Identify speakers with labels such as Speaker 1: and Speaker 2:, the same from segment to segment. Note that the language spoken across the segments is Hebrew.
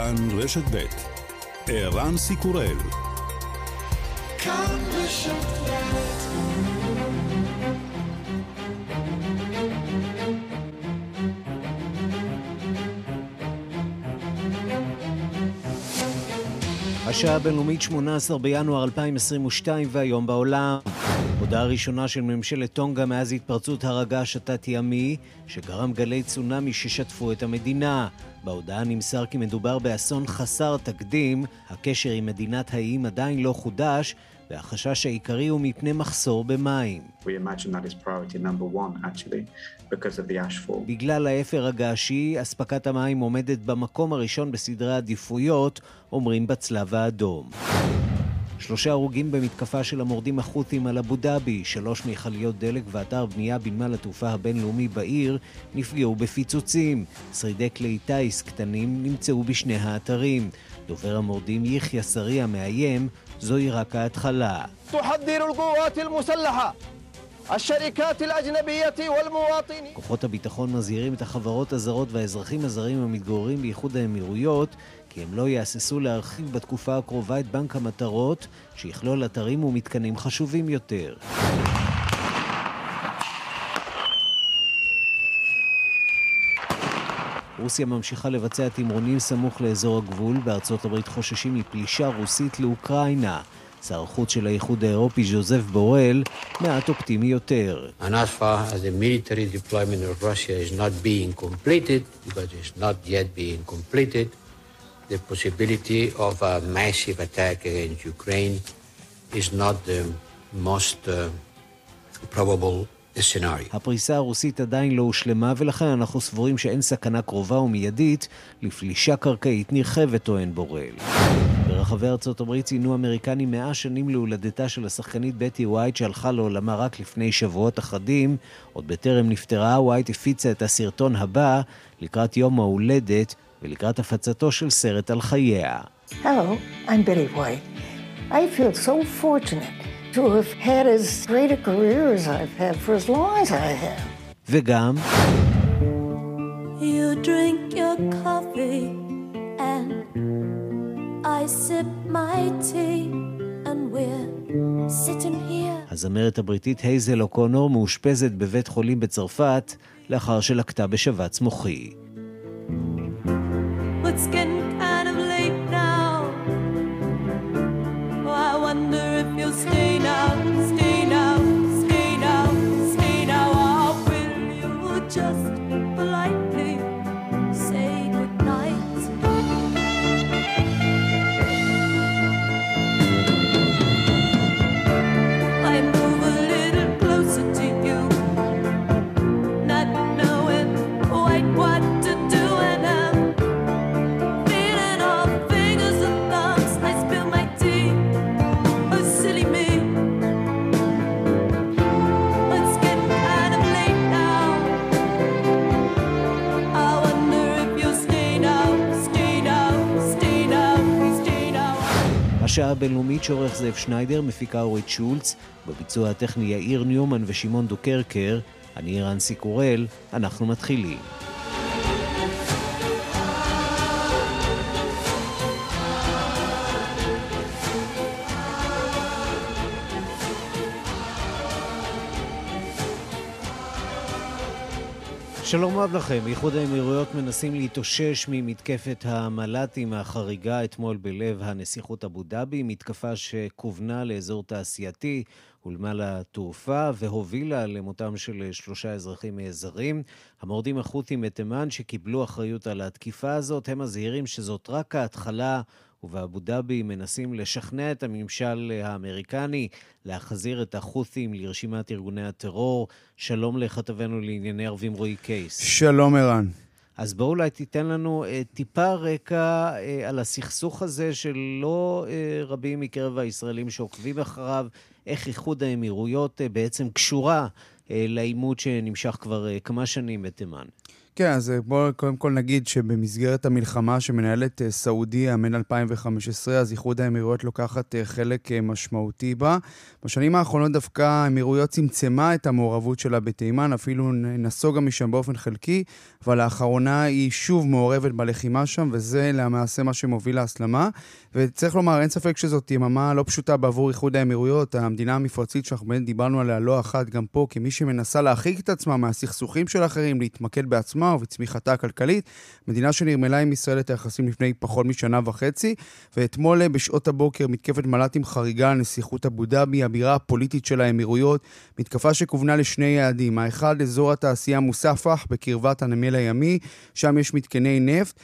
Speaker 1: כאן רשת ב' ערן סיקורל. כאן רשת ב'. השעה הבינלאומית 18 בינואר 2022 והיום בעולם. הודעה ראשונה של ממשלת טונגה מאז התפרצות הר הגעש התת-ימי שגרם גלי צונאמי ששטפו את המדינה. בהודעה נמסר כי מדובר באסון חסר תקדים, הקשר עם מדינת האיים עדיין לא חודש, והחשש העיקרי הוא מפני מחסור במים.
Speaker 2: We imagine that is priority number one actually because of the ashfall.
Speaker 1: בגלל האפר הגעשי, אספקת המים עומדת במקום הראשון בסדרי העדיפויות, אומרים בצלב האדום. 3 הרוגים במתקפה של המורדים החות'ים על אבו דאבי, 3 מכליות דלק ואתר בנייה בנמל התעופה הבינלאומי בעיר נפגעו בפיצוצים. שרידי כלי טיס קטנים נמצאו בשני האתרים. דובר המורדים יחיא סריה מאיים, זוהי רק ההתחלה.
Speaker 3: تحذر القوات المسلحة الشركات الأجنبية والمواطنين.
Speaker 1: כוחות הביטחון מזהירים את החברות הזרות והאזרחים הזרים המתגוררים באיחוד האמירויות כי הם לא יאססו להרחיב בתקופה הקרובה את בנק המטרות שיכלול אתרים ומתקנים חשובים יותר. רוסיה ממשיכה לבצע תמרונים סמוך לאזור הגבול. בארצות הברית חוששים מפלישה רוסית לאוקראינה. שר החוץ של האיחוד האירופי ז'וזף בורל מעט אופטימי יותר.
Speaker 4: And as far as the military deployment of Russia is not being completed, because it's not yet being completed, the possibility of a massive attack against Ukraine is not the most probable scenario.
Speaker 1: הפריסה הרוסית עדיין לא הושלמה ולכן אנחנו סבורים שאין סכנה קרובה ומיידית לפלישה קרקעית נרחבת, טוען בורל. ברחבי ארצות הברית ציינו אמריקנים 100 שנים להולדתה של השחקנית בטי ווייט שהלכה לעולמה רק לפני שבועות אחדים. עוד בטרם נפטרה, ווייט הפיצה את הסרטון הבא לקראת יום ההולדת ולקראת הפצתו של סרט על חייה.
Speaker 5: Hello, I'm Betty White. I feel so fortunate to have had as great a career as I've had for as long as I have.
Speaker 1: וגם
Speaker 6: You drink your coffee and I sip my tea and we're sitting here.
Speaker 1: הזמרת הבריטית הייזל אוקונור מאושפזת בבית חולים בצרפת לאחר שלקתה בשבץ מוחי.
Speaker 6: It's getting kind of late now. Oh, I wonder if you'll stay now, stay now, stay now, stay now. Or will you just politely say goodnight? I move a little closer to you, not knowing quite what to do, and I'm feeling all fingers and thumbs. I spill my tea, oh silly me. It's getting kind of late now. I wonder if you'll stay now, stay now, stay now, stay now.
Speaker 1: השעה הבינלאומית שעורך זאב שניידר, מפיקה אורית שולץ, בביצוע הטכני יאיר ניומן ושמעון דוקרקר. אני ערן סיקורל, אנחנו מתחילים. שלום רב לכם. איחוד האמירויות מנסים להתאושש ממתקפת המל"טים החריגה אתמול בלב הנסיכות אבו דאבי, מתקפה שכוונה לאזור תעשייתי ולמעל התעופה והובילה למותם של 3 אזרחים זרים. המורדים החות'ים מתימן שקיבלו אחריות על התקיפה הזאת, הם מזהירים שזאת רק ההתחלה, ובאבו דאבי מנסים לשכנע את הממשל האמריקני להחזיר את החות'ים לרשימת ארגוני הטרור. שלום לכתבנו לענייני ערבים רועי קייס.
Speaker 7: שלום ערן.
Speaker 1: אז בואו אולי תיתן לנו טיפה רקע על הסכסוך הזה שלא רבים מקרב הישראלים שעוקבים אחריו, איך איחוד האמירויות בעצם קשורה לעימות שנמשך כבר כמה שנים בתימן.
Speaker 7: כן, אז בואו קודם כל נגיד שבמסגרת המלחמה שמנהלת סעודיה מן 2015, אז איחוד האמירויות לוקחת חלק משמעותי בה. בשנים האחרונות דווקא האמירויות צמצמה את המעורבות שלה בתימן, אפילו נסוגה משם באופן חלקי, אבל לאחרונה היא שוב מעורבת בלחימה שם, וזה למעשה מה שמוביל להסלמה. וצריך לומר, אין ספק שזאת יממה לא פשוטה בעבור איחוד האמירויות, המדינה המפרצית שאנחנו באמת דיברנו עליה לא אחת גם פה, כמי שמנסה להרחיק את עצמה מהסכסוכים של אחרים, להתמקד בעצמה ובצמיחתה הכלכלית, מדינה שנרמלה עם ישראל את היחסים לפני פחות משנה וחצי, ואתמול בשעות הבוקר מתקפת מל"טים חריגה על נסיכות אבו דאבי, הבירה הפוליטית של האמירויות, מתקפה שכוונה לשני יעדים, האחד אזור התעשייה מוספח בקרבת הנמל הימי, שם יש מתקני נפט,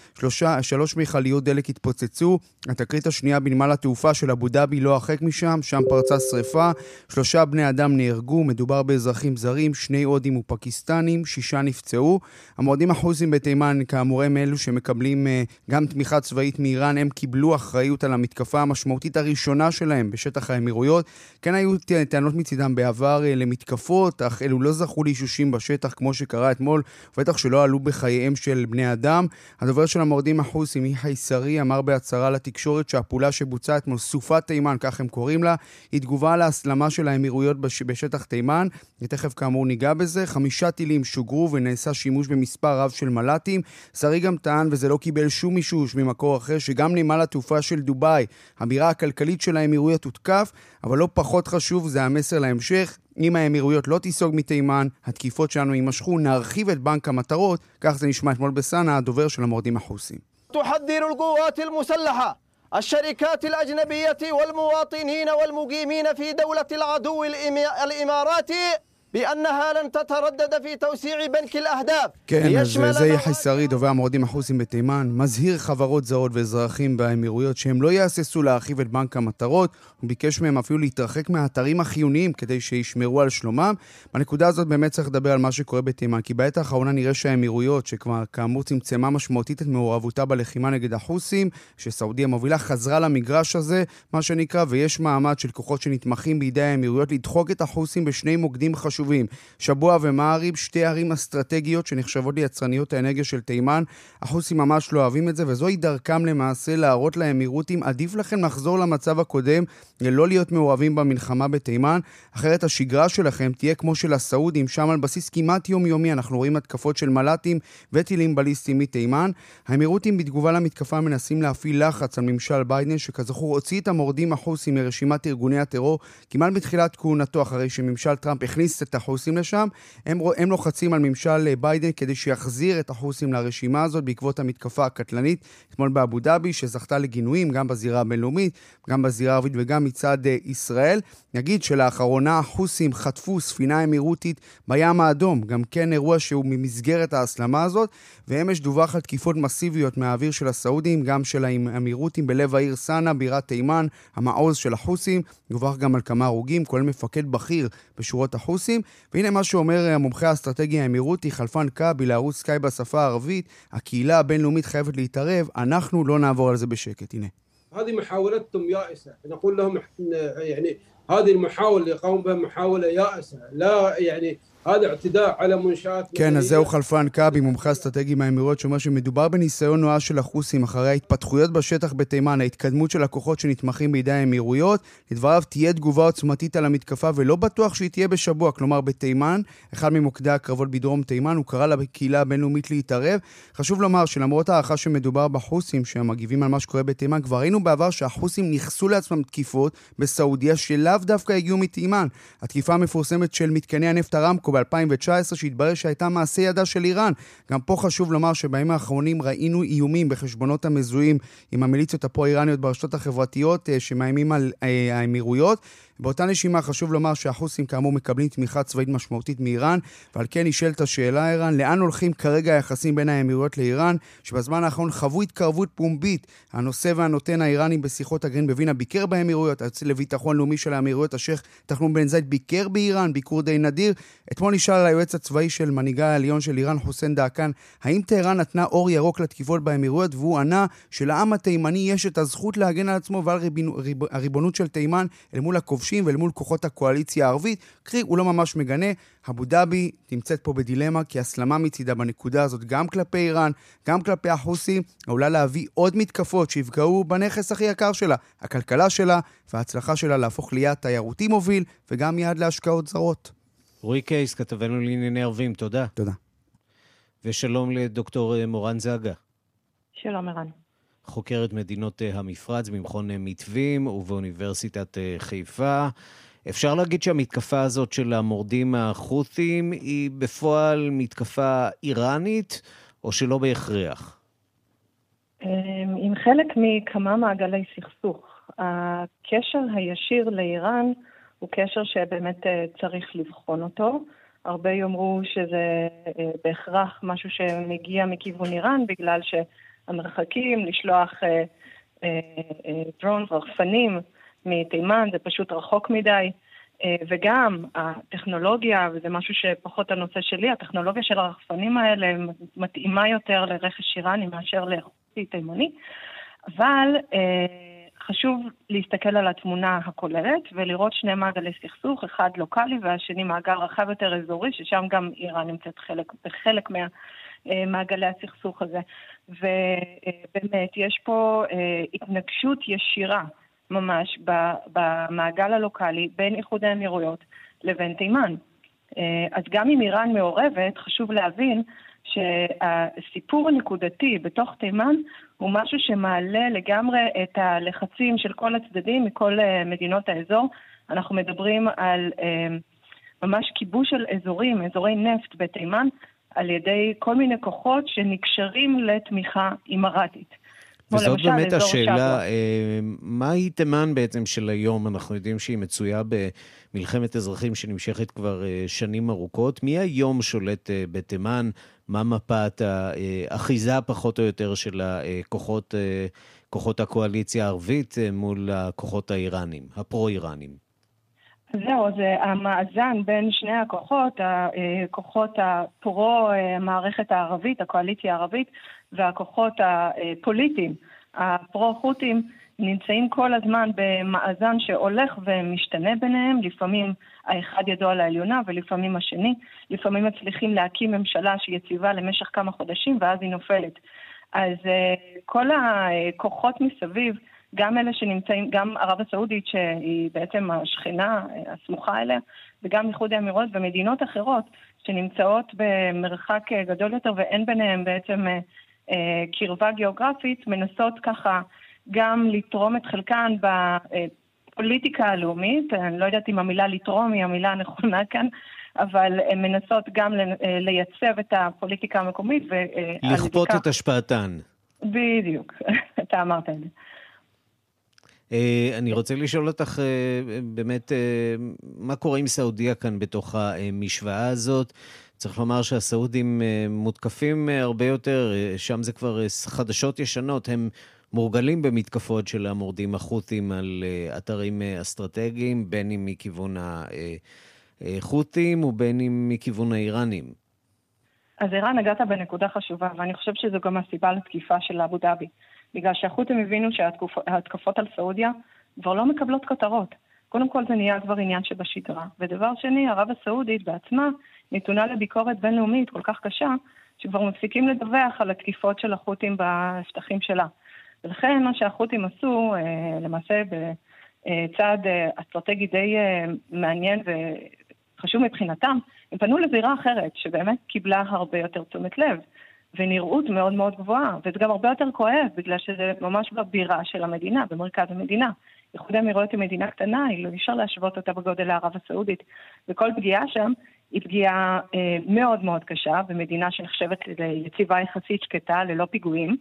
Speaker 7: 3 מכליות דלק התפוצצו, התקרית השנייה בנמל התעופה של אבו דאבי לא הרחק משם, שם פרצה שריפה, 3 בני אדם נהרגו, מדובר באזרחים זרים, 2 הודים ופקיסטנים, 6 נפצעו. המורדים החות'ים בתימן, כאמור הם אלו שמקבלים גם תמיכה צבאית מאיראן, הם קיבלו אחריות על המתקפה המשמעותית הראשונה שלהם בשטח האמירויות. כן היו טענות מצידם בעבר למתקפות, אך אלו לא זכו לאישושים בשטח כמו שקרה אתמול, ובטח שלא עלו בחייהם של בני אדם. הדובר של המורדים החות'ים, יחיא סרי, אמר בהצהרה לתקשורת שהפעולה שבוצעה אתמול, סופת תימן, כך הם קוראים לה, היא תגובה להסלמה של האמירויות בשטח תימן, ותכף כאמור ניגע בזה. 5 טילים שוגרו ונעשה שימוש במספר רב של מל"טים. שרי גם טען, וזה לא קיבל שום אישוש ממקור אחר, שגם נמל התעופה של דובאי, הבירה הכלכלית של האמירויות, הותקף, אבל לא פחות חשוב, זה המסר להמשך. אם האמירויות לא תיסוג מתימן, התקיפות שלנו יימשכו, נרחיב את בנק המטרות, כך זה נשמע אתמול בסנה, הדובר של המורדים החות'ים.
Speaker 3: تحذر القوات المسلحة الشركات الأجنبية والمواطنين والمقيمين في دولة العدو الإماراتي بأنها لن تتردد في توسيع بنك الأهداف.
Speaker 7: כן, אז זה יחיא סרי, דובר המורדים החות'ים בתימן, מזהיר חברות זרות ואזרחים באמירויות שהם לא יהססו להרחיב את בנק המטרות, הוא ביקש מהם אפילו להתרחק מהאתרים החיוניים כדי שישמרו על שלומם. בנקודה הזאת באמת צריך לדבר על מה שקורה בתימן, כי בעת האחרונה נראה שהאמירויות, שכבר כאמור צמצמה משמעותית את מעורבותה בלחימה נגד החות'ים, שסעודיה מובילה, חזרה למגרש הזה, מה שנקרא, ויש מעמד של כוחות שנתמכים בידי האמירויות לדחוק את החות'ים בשני מוקדים חשובים, שבוע ומעריב, 2 ערים אסטרטגיות שנחשבות ליצרניות האנרגיה של תימן. החות'ים ממש לא אוהבים את זה, וזוהי דרכם למעשה להראות לאמירותים, עדיף לכם לחזור למצב הקודם, לא להיות מעורבים במלחמה בתימן, אחרת השגרה שלכם תהיה כמו של הסעודים, שם על בסיס כמעט יומיומי אנחנו רואים התקפות של מל"טים וטילים בליסטיים מתימן. האמירותים בתגובה למתקפה מנסים להפעיל לחץ על ממשל ביידן, שכזכור הוציא את המורדים החות'ים מרשימת ארגוני הטרור כמעט בתחילת כהונתו, אחרי שממשל טראמפ הכניס את החות'ים לשם. הם לוחצים על ממשל ביידן כדי שיחזיר את החות'ים לרשימה הזאת בעקבות המתקפה הקטלנית אתמול באבו דאבי, שזכתה לגינויים גם בזירה הבינלאומית, גם בזירה הערבית וגם מצד ישראל. נגיד שלאחרונה החות'ים חטפו ספינה אמירותית בים האדום, גם כן אירוע שהוא ממסגרת ההסלמה הזאת, ואמש דווח על תקיפות מסיביות מהאוויר של הסעודים, גם של האמירותים בלב העיר סנה, בירת תימן, המעוז של החות'ים. דווח גם על כמה הרוגים, כולל מפקד בכיר בשורות החות'ים. והנה מה שאומר המומחה האסטרטגי האמירותי חלפן קאבי לערוץ סקאי בשפה הערבית, הקהילה הבינלאומית חייבת להתערב, אנחנו לא נעבור על זה בשקט. הנה.
Speaker 8: هذه محاولتهم يائسة، نقول لهم يعني هذه المحاولة اللي يقوم بها محاولة يائسة، لا يعني هذا اعتداء على منشآت.
Speaker 7: כן, אז זהו חלפן קאבי, מומחה אסטרטגי מהאמירויות, שאומר שמדובר בניסיון נואש של החות'ים אחרי ההתפתחויות בשטח בתימן, ההתקדמות של הכוחות שנתמכים בידי האמירויות. לדבריו תהיה תגובה עוצמתית על המתקפה, ולא בטוח שהיא תהיה בשבוע, כלומר בתימן, אחד ממוקדי הקרבות בדרום תימן, הוא קרא לקהילה הבינלאומית להתערב. חשוב לומר שלמרות הערכה שמדובר בחות'ים שמגיבים על מה שקורה בתימן, כבר ראינו בעבר שהחות'ים נכסו לעצמם תקיפות בסעודיה שלאו דווקא הגיעו מתימן. התקיפה המפורסמת של מתקני הנפט ארמקו ב-2019 שהתברר שהייתה מעשה ידה של איראן. גם פה חשוב לומר שבימים האחרונים ראינו איומים בחשבונות המזוהים עם המיליציות הפרו-איראניות ברשתות החברתיות שמאיימים על האמירויות. באותה נשימה חשוב לומר שהחות'ים כאמור מקבלים תמיכה צבאית משמעותית מאיראן, ועל כן נשאלת השאלה איראן, לאן הולכים כרגע היחסים בין האמירויות לאיראן, שבזמן האחרון חוו התקרבות פומבית. הנושא והנותן האיראני בשיחות הגרעין בווינה ביקר באמירויות, היועץ לביטחון לאומי של האמירויות השייח תחלון בן זייד ביקר באיראן, ביקור די נדיר. אתמול אתמול נשאל על היועץ הצבאי של מנהיגה העליון של איראן, חוסיין דעקן, האם טהרן נתנה אור ירוק לתקיפות באמירויות, והוא ענה שלעם התימני יש את הזכות להגן על עצמו ועל הריבונות של תימן אל מול הכובשים ואל מול כוחות הקואליציה הערבית. קרי, הוא לא ממש מגנה. אבו דאבי נמצאת פה בדילמה, כי הסלמה מצידה בנקודה הזאת גם כלפי איראן, גם כלפי החוסים, עלולה להביא עוד מתקפות שיפגעו בנכס הכי יקר שלה, הכלכלה שלה, וההצלחה שלה להפוך ליעד תיירותי מוביל, וגם יעד להשקעות זרות.
Speaker 1: רועי קייס, כתבנו לענייני ערבים, תודה.
Speaker 7: תודה.
Speaker 1: ושלום לדוקטור מורן זאגה.
Speaker 9: שלום ערן.
Speaker 1: חוקרת מדינות המפרץ במכון מתווים ובאוניברסיטת חיפה. אפשר להגיד שהמתקפה הזאת של המורדים החות'ים היא בפועל מתקפה איראנית, או שלא בהכרח?
Speaker 9: עם חלק מכמה מעגלי סכסוך. הקשר הישיר לאיראן הוא קשר שבאמת צריך לבחון אותו. הרבה יאמרו שזה בהכרח משהו שמגיע מכיוון איראן, בגלל שהמרחקים לשלוח דרון ורחפנים מתימן, זה פשוט רחוק מדי, וגם הטכנולוגיה, וזה משהו שפחות הנושא שלי, הטכנולוגיה של הרחפנים האלה מתאימה יותר לרכש איראני מאשר לחותי תימני, אבל חשוב להסתכל על התמונה הכוללת ולראות שני מעגלי סכסוך, אחד לוקלי והשני מעגל רחב יותר אזורי, ששם גם איראן נמצאת בחלק מהמעגלי הסכסוך הזה. ובאמת יש פה התנגשות ישירה ממש במעגל הלוקלי בין איחוד האמירויות לבין תימן. אז גם אם איראן מעורבת, חשוב להבין שהסיפור הנקודתי בתוך תימן הוא משהו שמעלה לגמרי את הלחצים של כל הצדדים מכל מדינות האזור. אנחנו מדברים על ממש כיבוש של אזורי נפט בתימן, על ידי כל מיני כוחות שנקשרים לתמיכה אימראטית.
Speaker 1: וזאת באמת השאלה, מהי תימן בעצם של היום? אנחנו יודעים שהיא מצויה במלחמת אזרחים שנמשכת כבר שנים ארוכות. מי היום שולט בתימן? מה מפת האחיזה פחות או יותר של כוחות הקואליציה הערבית מול הכוחות האיראנים, הפרו-איראנים?
Speaker 9: זהו, זה המאזן בין שני הכוחות הפרו-מערכת הערבית, הקואליציה הערבית, והכוחות הפוליטיים, הפרו-חותים, נמצאים כל הזמן במאזן שהולך ומשתנה ביניהם, לפעמים האחד ידו על העליונה ולפעמים השני, לפעמים מצליחים להקים ממשלה שהיא יציבה למשך כמה חודשים ואז היא נופלת. אז כל הכוחות מסביב, גם אלה שנמצאים, גם ערב הסעודית שהיא בעצם השכנה הסמוכה אליה, וגם איחוד האמירויות ומדינות אחרות שנמצאות במרחק גדול יותר ואין ביניהם בעצם קרבה גיאוגרפית, מנסות ככה גם לתרום את חלקן בפוליטיקה הלאומית. אני לא יודעת אם המילה לתרום היא המילה הנכונה כאן, אבל הן מנסות גם לייצב את הפוליטיקה המקומית.
Speaker 1: לכפות את השפעתן.
Speaker 9: בדיוק, אתה אמרת את זה.
Speaker 1: אני רוצה לשאול אותך באמת, מה קורה עם סעודיה כאן בתוך המשוואה הזאת? צריך לומר שהסעודים מותקפים הרבה יותר, שם זה כבר חדשות ישנות, הם מורגלים במתקפות של המורדים החות'ים על אתרים אסטרטגיים, בין אם מכיוון החות'ים ובין אם מכיוון האיראנים.
Speaker 9: אז איראן נגעת בנקודה חשובה, ואני חושב שזו גם הסיבה לתקיפה של אבו דאבי. בגלל שהחות'ים הבינו שההתקפות על סעודיה כבר לא מקבלות כותרות. קודם כל זה נהיה כבר עניין שבשגרה. ודבר שני, ערב הסעודית בעצמה נתונה לביקורת בינלאומית כל כך קשה, שכבר מפסיקים לדווח על התקיפות של החות'ים בשטחים שלה. ולכן מה שהחות'ים עשו, למעשה בצעד אסטרטגי די מעניין וחשוב מבחינתם, הם פנו לזירה אחרת, שבאמת קיבלה הרבה יותר תשומת לב. ונראות מאוד מאוד גבוהה, וזה גם הרבה יותר כואב, בגלל שזה ממש בבירה של המדינה, במרכז המדינה. איחוד האמירויות היא מדינה קטנה, היא לא אפשר להשוות אותה בגודל לערב הסעודית, וכל פגיעה שם היא פגיעה מאוד מאוד קשה, במדינה שנחשבת ליציבה יחסית שקטה, ללא פיגועים,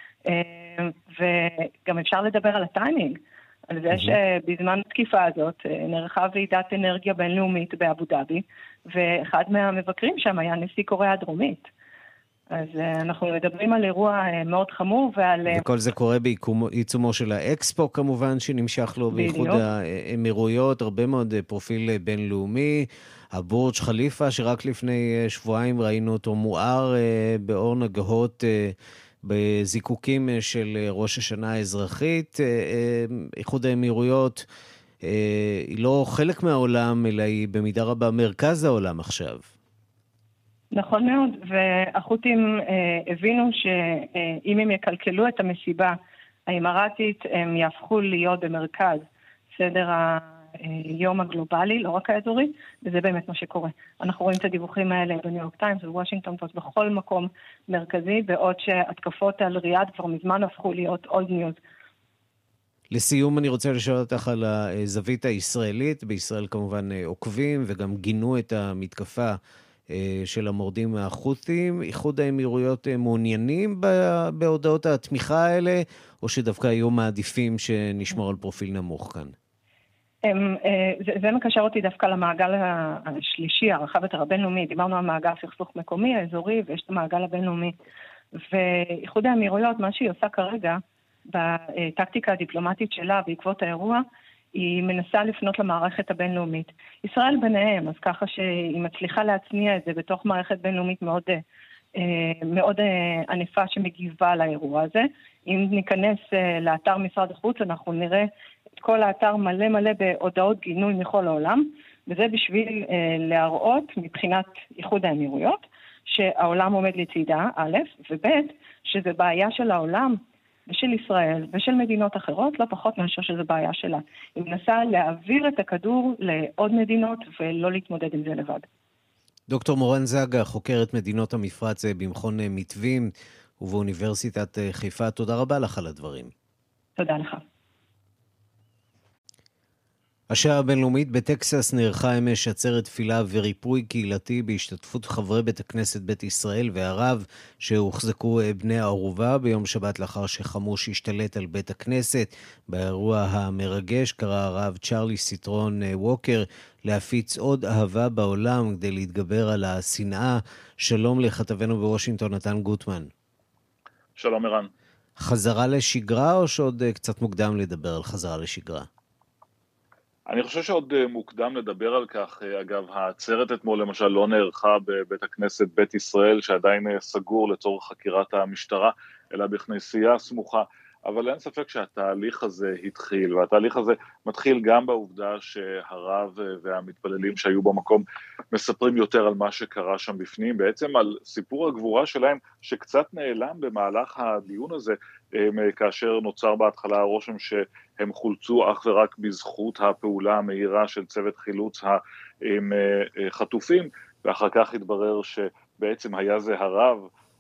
Speaker 9: וגם אפשר לדבר על הטיימינג, על זה שבזמן התקיפה הזאת נערכה ועידת אנרגיה בינלאומית באבו דאבי, ואחד מהמבקרים שם היה נשיא קוריאה הדרומית. אז אנחנו מדברים על אירוע מאוד חמור ועל...
Speaker 1: וכל זה קורה בעיצומו של האקספו כמובן, שנמשך לו באיחוד האמירויות, הרבה מאוד פרופיל בינלאומי. הבורג' חליפה, שרק לפני שבועיים ראינו אותו מואר באור נגהות בזיקוקים של ראש השנה האזרחית. איחוד האמירויות היא לא חלק מהעולם, אלא היא במידה רבה מרכז העולם עכשיו.
Speaker 9: נכון מאוד, והחות'ים הבינו שאם הם יקלקלו את המסיבה האמרתית, הם יהפכו להיות במרכז סדר היום הגלובלי, לא רק האזורי, וזה באמת מה שקורה. אנחנו רואים את הדיווחים האלה בניו יורק טיימס ובוושינגטון פוסט בכל מקום מרכזי, בעוד שהתקפות על ריאד כבר מזמן הפכו להיות אולד ניוז.
Speaker 1: לסיום אני רוצה לשאול אותך על הזווית הישראלית. בישראל כמובן עוקבים וגם גינו את המתקפה של המורדים החות'ים. איחוד האמירויות מעוניינים בהודעות התמיכה האלה, או שדווקא היו מעדיפים שנשמור על פרופיל נמוך כאן?
Speaker 9: זה מקשר אותי דווקא למעגל השלישי, הרחב יותר הבינלאומי. דיברנו על מעגל סכסוך מקומי, האזורי, ויש את המעגל הבינלאומי. ואיחוד האמירויות, מה שהיא עושה כרגע, בטקטיקה הדיפלומטית שלה בעקבות האירוע, היא מנסה לפנות למערכת הבינלאומית. ישראל ביניהם, אז ככה שהיא מצליחה להצניע את זה בתוך מערכת בינלאומית מאוד, מאוד ענפה שמגיבה לאירוע הזה. אם ניכנס לאתר משרד החוץ, אנחנו נראה את כל האתר מלא מלא בהודעות גינוי מכל העולם, וזה בשביל להראות מבחינת איחוד האמירויות, שהעולם עומד לצידה, א', וב', שזה בעיה של העולם, ושל ישראל ושל מדינות אחרות, לא פחות מאשר שזה בעיה שלה. היא מנסה להעביר את הכדור לעוד מדינות ולא להתמודד עם זה לבד.
Speaker 1: דוקטור מורן זגה, חוקרת מדינות המפרץ במכון מתווים ובאוניברסיטת חיפה, תודה רבה לך על הדברים.
Speaker 9: תודה לך.
Speaker 1: השעה הבינלאומית בטקסס נערכה אמש עצרת תפילה וריפוי קהילתי בהשתתפות חברי בית הכנסת בית ישראל והרב שהוחזקו בני הערובה ביום שבת לאחר שחמוש השתלט על בית הכנסת. באירוע המרגש קרא הרב צ'רלי סיטרון ווקר להפיץ עוד אהבה בעולם כדי להתגבר על השנאה. שלום לכתבנו בוושינגטון נתן גוטמן.
Speaker 10: שלום ערן.
Speaker 1: חזרה לשגרה או שעוד קצת מוקדם לדבר על חזרה לשגרה?
Speaker 10: אני חושב שעוד מוקדם לדבר על כך. אגב, העצרת אתמול למשל לא נערכה בבית הכנסת בית ישראל, שעדיין סגור לצורך חקירת המשטרה, אלא בכנסייה סמוכה. אבל אין ספק שהתהליך הזה התחיל, והתהליך הזה מתחיל גם בעובדה שהרב והמתפללים שהיו במקום מספרים יותר על מה שקרה שם בפנים, בעצם על סיפור הגבורה שלהם שקצת נעלם במהלך הדיון הזה, כאשר נוצר בהתחלה הרושם שהם חולצו אך ורק בזכות הפעולה המהירה של צוות חילוץ החטופים, ואחר כך התברר שבעצם היה זה הרב,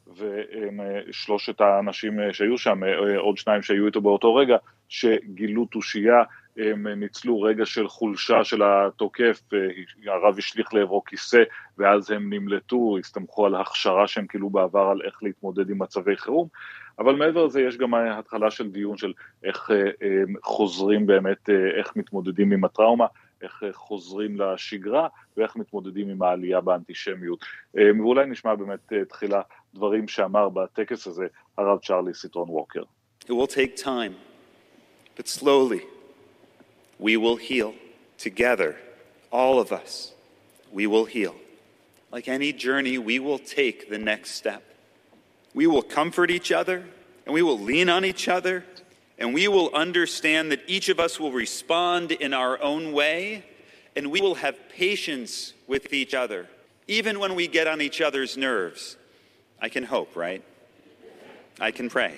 Speaker 10: ושלושת האנשים שהיו שם, עוד שניים שהיו איתו באותו רגע, שגילו תושייה, הם ניצלו רגע של חולשה של התוקף, הרב השליך לעברו כיסא, ואז הם נמלטו, הסתמכו על הכשרה שהם כאילו בעבר על איך להתמודד עם מצבי חירום, אבל מעבר לזה יש גם התחלה של דיון של איך חוזרים באמת, איך מתמודדים עם הטראומה, איך חוזרים לשגרה, ואיך מתמודדים עם העלייה באנטישמיות. ואולי נשמע באמת תחילה דברים שאמר בטקס הזה הרב צ'רלי סיטרון ווקר.
Speaker 11: It will take time, but slowly we will heal together, all of us. We will heal. Like any journey, we will take the next step. We will comfort each other, and we will lean on each other, and we will understand that each of us will respond in our own way, and we will have patience with each other, even when we get on each other's nerves. I can hope, right? I can pray.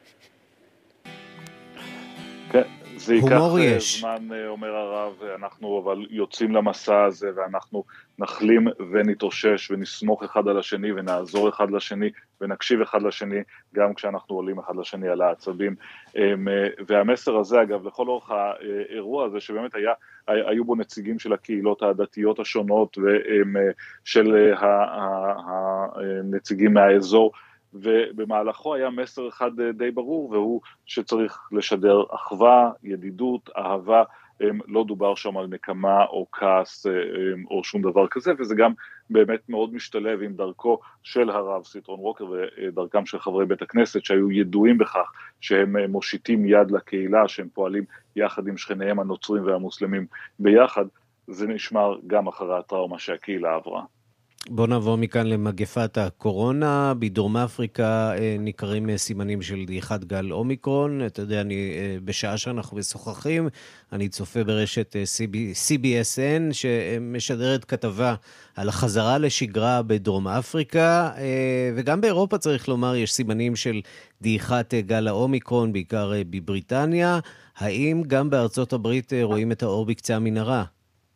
Speaker 10: זה ייקח זמן, אומר הרב, אנחנו אבל יוצאים למסע הזה, ואנחנו נחלים ונתאושש ונסמוך אחד על השני ונעזור אחד לשני ונקשיב אחד לשני, גם כשאנחנו עולים אחד לשני על העצבים. והמסר הזה, אגב, לכל אורך האירוע הזה, שבאמת היו בו נציגים של הקהילות הדתיות השונות ושל הנציגים מהאזור, ובמהלכו היה מסר אחד די ברור, והוא שצריך לשדר אחווה, ידידות, אהבה, לא דובר שם על נקמה או כעס או שום דבר כזה, וזה גם באמת מאוד משתלב עם דרכו של הרב סיטרון ווקר ודרכם של חברי בית הכנסת שהיו ידועים בכך שהם מושיטים יד לקהילה, שהם פועלים יחד עם שכניהם הנוצרים והמוסלמים ביחד, זה נשמר גם אחרי הטראומה שהקהילה עברה.
Speaker 1: בוא נעבור מכאן למגפת הקורונה. בדרום אפריקה ניכרים סימנים של דעיכת גל אומיקרון. אתה יודע, בשעה שאנחנו משוחחים, אני צופה ברשת CBSN שמשדרת כתבה על החזרה לשגרה בדרום אפריקה, וגם באירופה צריך לומר יש סימנים של דעיכת גל האומיקרון, בעיקר בבריטניה. האם גם בארצות הברית רואים את האור בקצה המנהרה?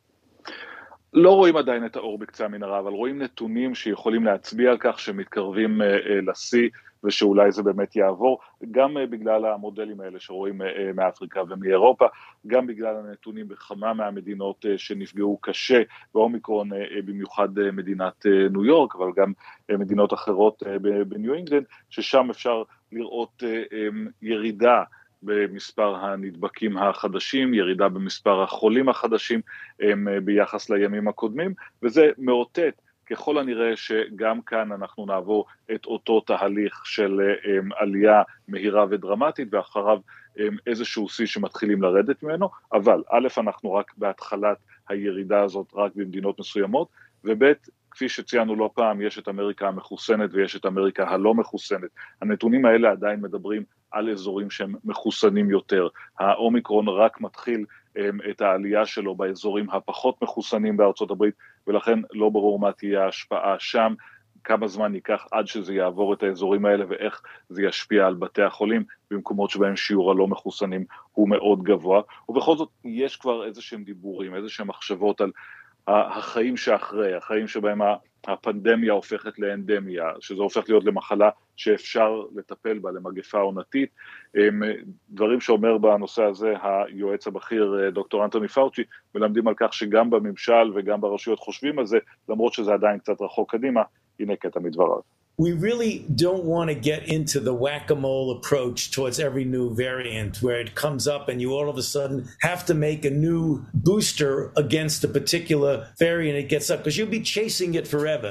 Speaker 10: לא רואים עדיין את האור בקצה המנהרה, אבל רואים נתונים שיכולים להצביע על כך שמתקרבים לשיא, ושאולי זה באמת יעבור, גם בגלל המודלים האלה שרואים מאפריקה ומאירופה, גם בגלל הנתונים בכמה מהמדינות שנפגעו קשה באומיקרון, במיוחד מדינת ניו יורק, אבל גם מדינות אחרות בניו אינגלנד, ששם אפשר לראות ירידה במספר הנדבקים החדשים, ירידה במספר החולים החדשים ביחס לימים הקודמים, וזה מאותת ככל הנראה שגם כאן אנחנו נעבור את אותו תהליך של עלייה מהירה ודרמטית, ואחריו איזשהו שיא שמתחילים לרדת ממנו, אבל א', אנחנו רק בהתחלת הירידה הזאת רק במדינות מסוימות, וב', כפי שציינו לא פעם, יש את אמריקה המחוסנת ויש את אמריקה הלא מחוסנת. הנתונים האלה עדיין מדברים על אזורים שהם מחוסנים יותר. האומיקרון רק מתחיל את העלייה שלו באזורים הפחות מחוסנים בארצות הברית, ולכן לא ברור מה תהיה ההשפעה שם, כמה זמן ייקח עד שזה יעבור את האזורים האלה, ואיך זה ישפיע על בתי החולים, במקומות שבהם שיעור הלא מחוסנים הוא מאוד גבוה. ובכל זאת יש כבר איזשהם דיבורים, איזשהם מחשבות על החיים שאחרי, החיים שבהם הפנדמיה הופכת לאנדמיה, שזה הופך להיות למחלה שאפשר לטפל בה, למגפה עונתית. דברים שאומר בנושא הזה היועץ הבכיר דוקטור אנטוני פאוצ'י, מלמדים על כך שגם בממשל וגם ברשויות חושבים על זה, למרות שזה עדיין קצת רחוק קדימה. הנה קטע מדבריו.
Speaker 12: We really don't want to get into the whack-a-mole approach towards every new variant where it comes up and you all of a sudden have to make a new booster against a particular variant it gets up, because you'll be chasing it forever.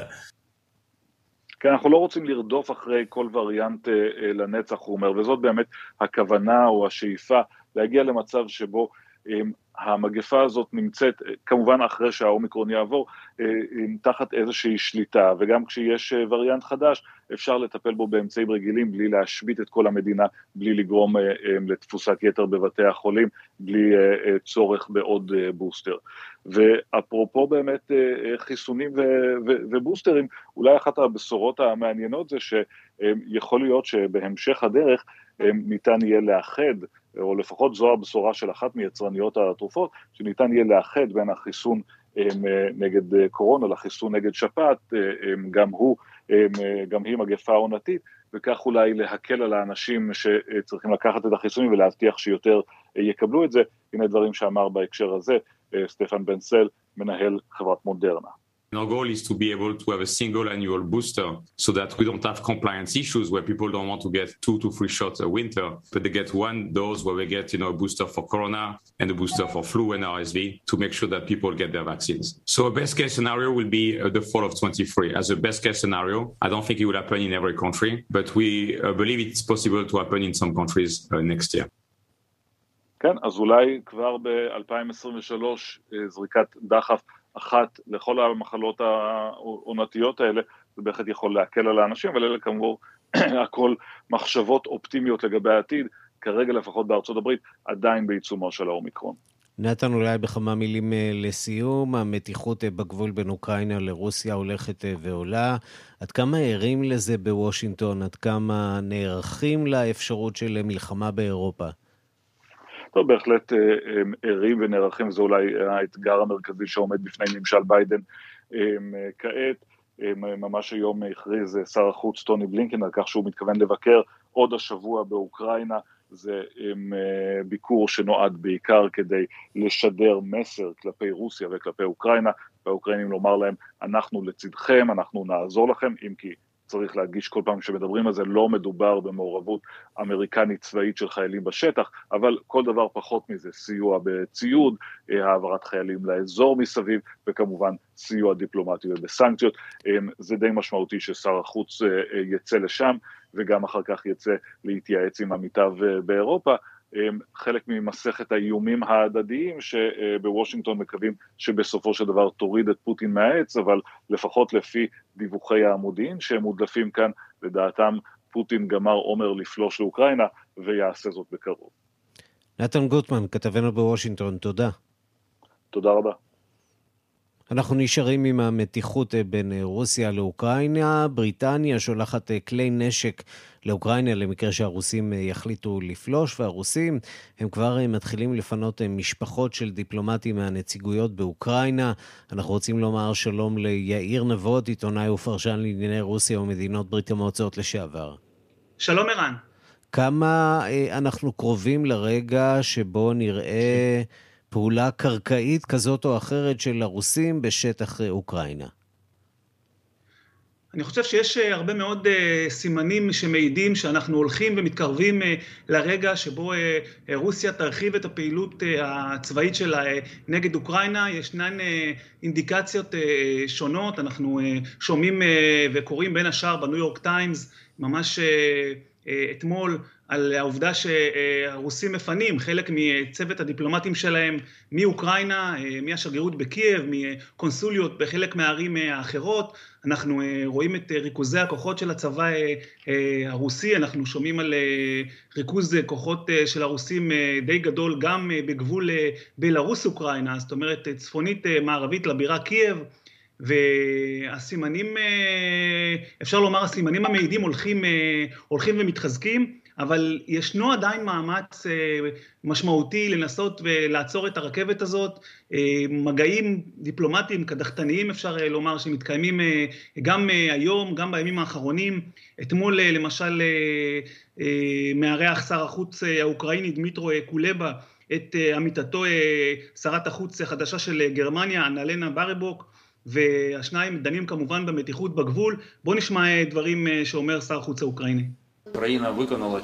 Speaker 10: כי אנחנו לא רוצים לרדוף אחרי כל וריאנט לנצח, הוא אומר, וזאת באמת הכוונה או השאיפה, להגיע למצב שבו המגפה הזאת נמצאת, כמובן אחרי שהאומיקרון יעבור, תחת איזושהי שליטה, וגם כשיש וריאנט חדש, אפשר לטפל בו באמצעים רגילים, בלי להשבית את כל המדינה, בלי לגרום לתפוסת יתר בבתי החולים, בלי צורך בעוד בוסטר. ואפרופו באמת חיסונים ובוסטרים, אולי אחת הבשורות המעניינות זה שיכול להיות שבהמשך הדרך ניתן יהיה לאחד, או לפחות זו הבשורה של אחת מיצרניות התרופות, שניתן יהיה לאחד בין החיסון נגד קורונה לחיסון נגד שפעת, גם היא מגפה עונתית, וכך אולי להקל על האנשים שצריכים לקחת את החיסונים ולהבטיח שיותר יקבלו את זה. הנה דברים שאמר בהקשר הזה סטפן בנסל, מנהל חברת מודרנה.
Speaker 13: Our goal is to be able to have a single annual booster so that we don't have compliance issues where people don't want to get 2 to 3 shots a winter, but they get one dose where we get, a booster for corona and a booster for flu and RSV to make sure that people get their vaccines. So a best case scenario will be the fall of 23. As a best case scenario, I don't think it will happen in every country, but we believe it's possible to happen in some countries next year.
Speaker 10: כן, אז אולי כבר ב-2023 זריקת דחף אחת לכל המחלות העונתיות האלה, זה בהחלט יכול להקל על האנשים, אבל אלה כמובן הכל מחשבות אופטימיות לגבי העתיד, כרגע לפחות בארצות הברית, עדיין בעיצומו של האומיקרון.
Speaker 1: נתן, אולי בכמה מילים לסיום, המתיחות בגבול בין אוקראינה לרוסיה הולכת ועולה, עד כמה ערים לזה בוושינגטון, עד כמה נערכים לאפשרות של מלחמה באירופה?
Speaker 10: טוב, בהחלט ערים ונערכים, זה אולי האתגר המרכזי שעומד בפני ממשל ביידן כעת. ממש היום הכריז שר החוץ טוני בלינקן על כך שהוא מתכוון לבקר עוד השבוע באוקראינה. זה ביקור שנועד בעיקר כדי לשדר מסר כלפי רוסיה וכלפי אוקראינה, והאוקראינים לומר להם, אנחנו לצדכם, אנחנו נעזור לכם, אם כי צריך להדגיש כל פעם שמדברים על זה, לא מדובר במעורבות אמריקנית צבאית של חיילים בשטח, אבל כל דבר פחות מזה, סיוע בציוד, העברת חיילים לאזור מסביב, וכמובן סיוע דיפלומטי ובסנקציות. זה די משמעותי ששר החוץ יצא לשם, וגם אחר כך יצא להתייעץ עם עמיתיו באירופה, חלק ממסכת האיומים ההדדיים שבוושינגטון מקווים שבסופו של דבר תוריד את פוטין מהעץ, אבל לפחות לפי דיווחי המודיעין שהם מודלפים כאן, לדעתם פוטין גמר אומר לפלוש לאוקראינה ויעשה זאת בקרוב.
Speaker 1: נתן גוטמן, כתבנו בוושינגטון, תודה.
Speaker 10: תודה רבה.
Speaker 1: אנחנו נשארים עם המתיחות בין רוסיה לאוקראינה. בריטניה שולחת כלי נשק לאוקראינה למקרה שהרוסים יחליטו לפלוש, והרוסים הם כבר מתחילים לפנות משפחות של דיפלומטים מהנציגויות באוקראינה. אנחנו רוצים לומר שלום ליאיר נבות, עיתונאי ופרשן לענייני רוסיה ומדינות ברית המועצות לשעבר.
Speaker 14: שלום ערן.
Speaker 1: כמה אנחנו קרובים לרגע שבו נראה פעולה קרקעית כזאת או אחרת של הרוסים בשטח אוקראינה?
Speaker 14: אני חושב שיש הרבה מאוד סימנים שמעידים שאנחנו הולכים ומתקרבים לרגע שבו רוסיה תרחיב את הפעילות הצבאית שלה נגד אוקראינה. ישנן אינדיקציות שונות, אנחנו שומעים וקוראים בין השאר בניו יורק טיימס ממש אתמול על העובדה שהרוסים מפנים חלק מצוות הדיפלומטים שלהם מאוקראינה, מהשגרירות בקייב, מקונסוליות בחלק מהערים האחרות. אנחנו רואים את ריכוזי הכוחות של הצבא הרוסי, אנחנו שומעים על ריכוז כוחות של הרוסים די גדול גם בגבול בלרוס-אוקראינה, זאת אומרת צפונית מערבית לבירה קייב, והסימנים, אפשר לומר, הסימנים המעידים הולכים ומתחזקים, אבל ישנו עדיין מאמץ משמעותי לנסות ולעצור את הרכבת הזאת. מגעים דיפלומטיים קדחתניים אפשר לומר שמתקיימים גם היום, גם בימים האחרונים. אתמול למשל מארח שר החוץ האוקראיני דמיטרו קולבה את עמיתתו שרת החוץ החדשה של גרמניה, אנלנה ברבוק, והשניים דנים כמובן במתיחות בגבול. בוא נשמע דברים שאומר שר החוץ האוקראיני.
Speaker 15: Україна виконала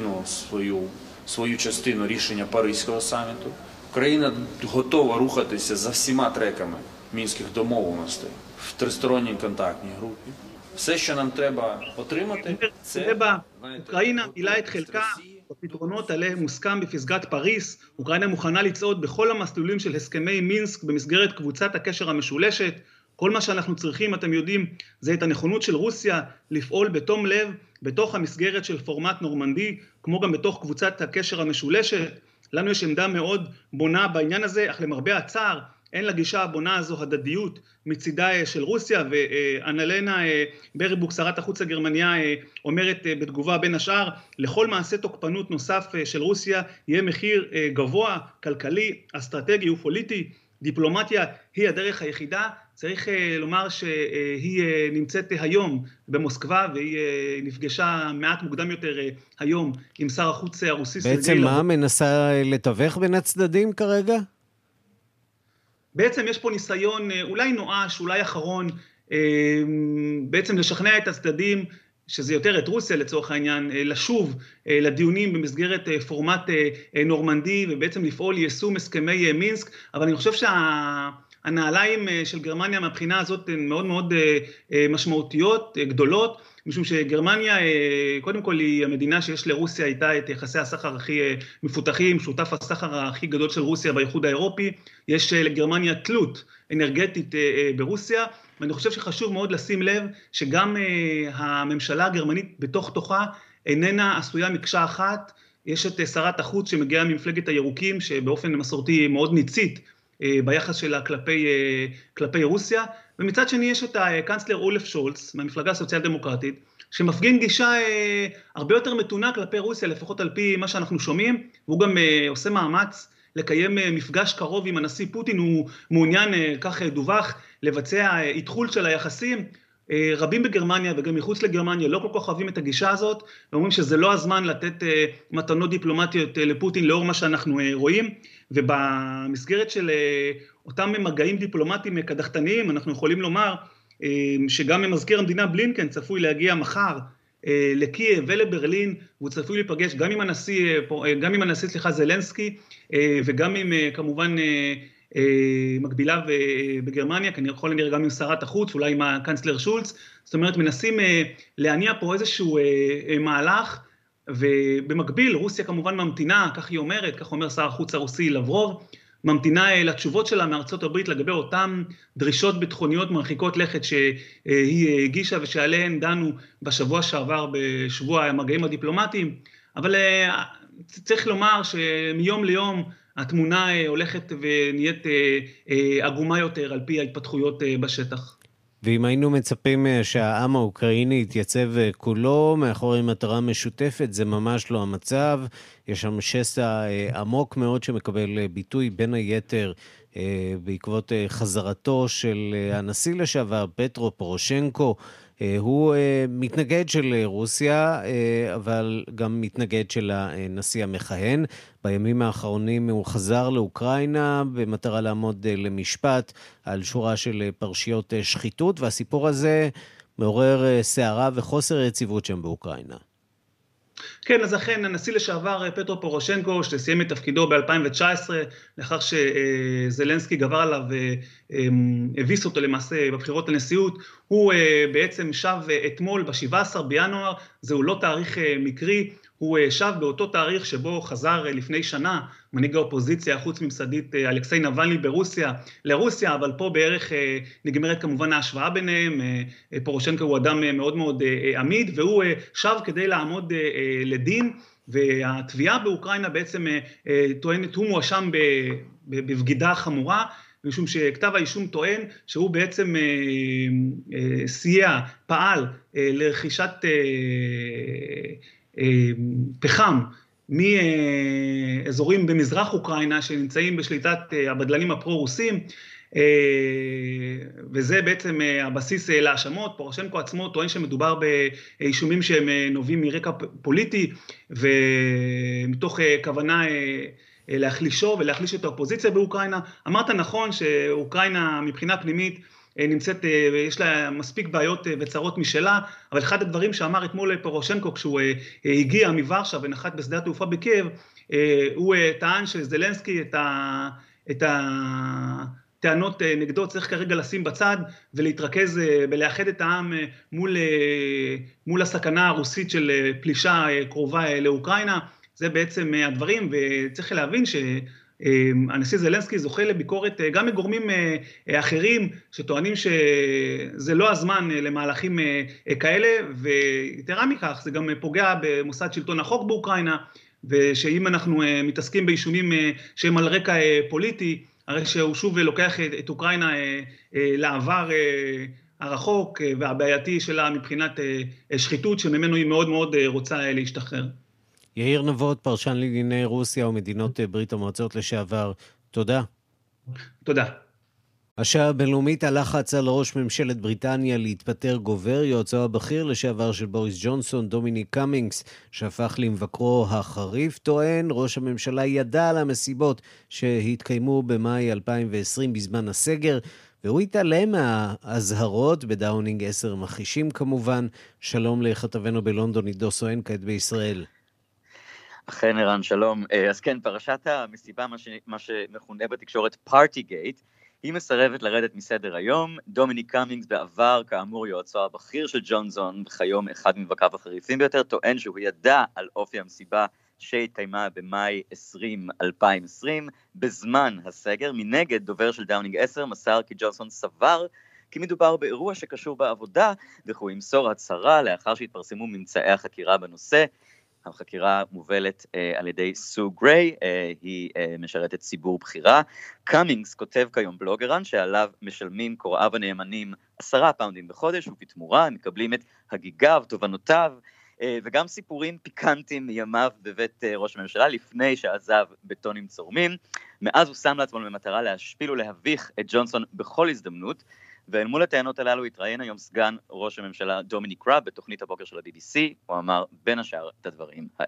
Speaker 15: свою частину рішення Паризького саміту. Україна готова рухатися за всіма треками мінських домовленостей в тристоронній контактній групі. Все, що нам треба отримати, це...
Speaker 14: אוקראינה מילאה את חלקה בפתרונות עליהם מוסכם בפסגת פריז. אוקראינה מוכנה לצעוד בכל המסלולים של הסכמי מינסק במסגרת קבוצת הקשר המשולשת. כל מה שאנחנו צריכים, אתם יודעים, זה את הנכונות של רוסיה לפעול בתום לב בתוך המסגרת של פורמט נורמנדי, כמו גם בתוך קבוצת הקשר המשולשת. לנו יש עמדה מאוד בונה בעניין הזה, אך למרבה הצער, אין לגישה הבונה הזו הדדיות מצידה של רוסיה, ואנלנה ברבוק, שרת החוץ הגרמניה, אומרת בתגובה בין השאר, לכל מעשה תוקפנות נוסף של רוסיה יהיה מחיר גבוה, כלכלי, אסטרטגי ופוליטי. דיפלומטיה היא הדרך היחידה. צריך לומר שהיא נמצאת היום במוסקבה, והיא נפגשה מעט מוקדם יותר היום עם שר החוץ הרוסי.
Speaker 1: בעצם מה מנסה לתווך בין הצדדים כרגע?
Speaker 14: בעצם יש פה ניסיון אולי נואש, אולי אחרון, בעצם לשכנע את הצדדים, שזה יותר את רוסיה לצורך העניין, לשוב לדיונים במסגרת פורמט נורמנדי, ובעצם לפעול יישום הסכמי מינסק. אבל אני חושב הנעליים של גרמניה מהבחינה הזאת הן מאוד מאוד משמעותיות, גדולות, משום שגרמניה קודם כל היא המדינה שיש לרוסיה איתה את יחסי הסחר הכי מפותחים, שותף הסחר הכי גדול של רוסיה באיחוד האירופי. יש לגרמניה תלות אנרגטית ברוסיה, ואני חושב שחשוב מאוד לשים לב שגם הממשלה הגרמנית בתוך תוכה איננה עשויה מקשה אחת. יש את שרת החוץ שמגיעה ממפלגת הירוקים, שבאופן מסורתי מאוד ניצית ביחס שלה כלפי רוסיה, ומצד שני יש את הקנצלר אולף שולץ מהמפלגה הסוציאל דמוקרטית, שמפגין גישה הרבה יותר מתונה כלפי רוסיה, לפחות על פי מה שאנחנו שומעים, והוא גם עושה מאמץ לקיים מפגש קרוב עם הנשיא פוטין. הוא מעוניין, כך דווח, לבצע התחול של היחסים. רבים בגרמניה וגם מחוץ לגרמניה לא כל כך אוהבים את הגישה הזאת, ואומרים שזה לא הזמן לתת מתנות דיפלומטיות לפוטין לאור מה שאנחנו רואים. ובמסגרת של אותם מגעים דיפלומטיים קדחתניים, אנחנו יכולים לומר שגם מזכיר המדינה בלינקן צפוי להגיע מחר לקייב ולברלין, והוא צפוי להיפגש גם עם הנשיא זלנסקי, וגם עם כמובן מקבילה בגרמניה, ככל הנראה גם עם שרת החוץ, אולי עם הקנצלר שולץ. זאת אומרת, מנסים להניע פה איזשהו מהלך, ובמקביל רוסיה כמובן ממתינה, כך היא אומרת, כך אומר שר החוץ הרוסי לברוב, ממתינה לתשובות שלה מארצות הברית לגבי אותם דרישות ביטחוניות מרחיקות לכת שהיא הגישה ושעליהן דנו בשבוע שעבר בשבוע המגעים הדיפלומטיים, אבל צריך לומר שמיום ליום התמונה הולכת ונהיית עגומה יותר על פי ההתפתחויות בשטח.
Speaker 1: ואם היינו מצפים שהעם האוקראיני יתייצב כולו מאחורי מטרה משותפת, זה ממש לא המצב. יש שם שסע עמוק מאוד שמקבל ביטוי בין היתר בעקבות חזרתו של הנשיא לשעבר פטרו פורושנקו. הוא מתנגד של רוסיה, אבל גם מתנגד של הנשיא המכהן. בימים האחרונים הוא חזר לאוקראינה במטרה לעמוד למשפט על שורה של פרשיות שחיתות, והסיפור הזה מעורר סערה וחוסר יציבות שם באוקראינה.
Speaker 14: כן, אז אכן, הנשיא לשעבר פטרו פורושנקו, שסיים את תפקידו ב-2019, לאחר שזלנסקי גבר עליו והביס אותו למעשה בבחירות לנשיאות, הוא בעצם שב אתמול ב-17 בינואר, זהו לא תאריך מקרי, הוא שב באותו תאריך שבו חזר לפני שנה מנהיג האופוזיציה החוץ ממסדית אלכסיי נבלני לרוסיה, אבל פה בערך נגמרת כמובן ההשוואה ביניהם. פורושנקו הוא אדם מאוד מאוד עמיד, והוא שב כדי לעמוד לדין, והתביעה באוקראינה בעצם טוענת, הוא מואשם בבגידה חמורה, משום שכתב האישום טוען שהוא בעצם פעל לרכישת פחם מאזורים במזרח אוקראינה שנמצאים בשליטת הבדלנים הפרו-רוסים, וזה בעצם הבסיס להאשמות. פורושנקו עצמו טוען שמדובר באישומים שהם נובעים מרקע פוליטי, ומתוך כוונה להחלישו ולהחליש את האופוזיציה באוקראינה. אמרת נכון שאוקראינה מבחינה פנימית נמצאת, יש לה מספיק בעיות וצרות משלה, אבל אחד הדברים שאמר אתמול פורושנקו כשהוא הגיע מוורשה ונחת בשדה התעופה בקייב, הוא טען שזלנסקי את הטענות נגדו צריך כרגע לשים בצד ולהתרכז ולאחד את העם מול הסכנה הרוסית של פלישה קרובה לאוקראינה. זה בעצם הדברים, וצריך להבין הנשיא זלנסקי זוכה לביקורת גם מגורמים אחרים שטוענים שזה לא הזמן למהלכים כאלה, ויתרה מכך זה גם פוגע במוסד שלטון החוק באוקראינה, ושאם אנחנו מתעסקים באישומים שהם על רקע פוליטי, הרי שהוא שוב לוקח את אוקראינה לעבר הרחוק והבעייתי שלה מבחינת שחיתות, שממנו היא מאוד מאוד רוצה להשתחרר.
Speaker 1: יאיר נבות, פרשן לענייני רוסיה ומדינות ברית המועצות לשעבר, תודה.
Speaker 14: תודה.
Speaker 1: השעה הבינלאומית, הלחץ על ראש ממשלת בריטניה להתפטר גובר. יועצו הבכיר לשעבר של בוריס ג'ונסון, דומיניק קמינגס, שהפך למבקרו החריף, טוען ראש הממשלה ידע על המסיבות שהתקיימו במאי 2020 בזמן הסגר, והוא התעלם מהאזהרות בדאונינג 10 מחישים כמובן. שלום לכתבנו בלונדון, עידו סואן, כעת בישראל.
Speaker 16: אכן ערן, שלום. אז כן, פרשת המסיבה, מה שמכונה בתקשורת פארטי-גייט, היא מסרבת לרדת מסדר היום. דומיניק קמינגס בעבר, כאמור יועצו הבכיר של ג'ונסון, וכיום אחד ממבקריו החריפים ביותר, טוען שהוא ידע על אופי המסיבה שהתקיימה במאי 2020, בזמן הסגר. מנגד, דובר של דאונינג 10 מסר כי ג'ונסון סבר כי מדובר באירוע שקשור בעבודה, וכהוא ימסור הצהרה לאחר שהתפרסמו ממצאי החקירה בנושא. החקירה מובלת על ידי סו גריי, היא משרתת ציבור בחירה. קמינגס כותב כיום בלוגרן שעליו משלמים קוראיו הנאמנים 10 פאונדים בחודש, ובתמורה הם מקבלים את הגיגיו, תובנותיו, וגם סיפורים פיקנטיים מימיו בבית ראש הממשלה לפני שעזב בטונים צורמים. מאז הוא שם לעצמו במטרה להשפיל ולהביך את ג'ונסון בכל הזדמנות, ואל מול הטענות הללו התראיין היום סגן ראש הממשלה דומיניק ראב בתוכנית הבוקר של ה-BBC, הוא אמר בין השאר את הדברים האלה.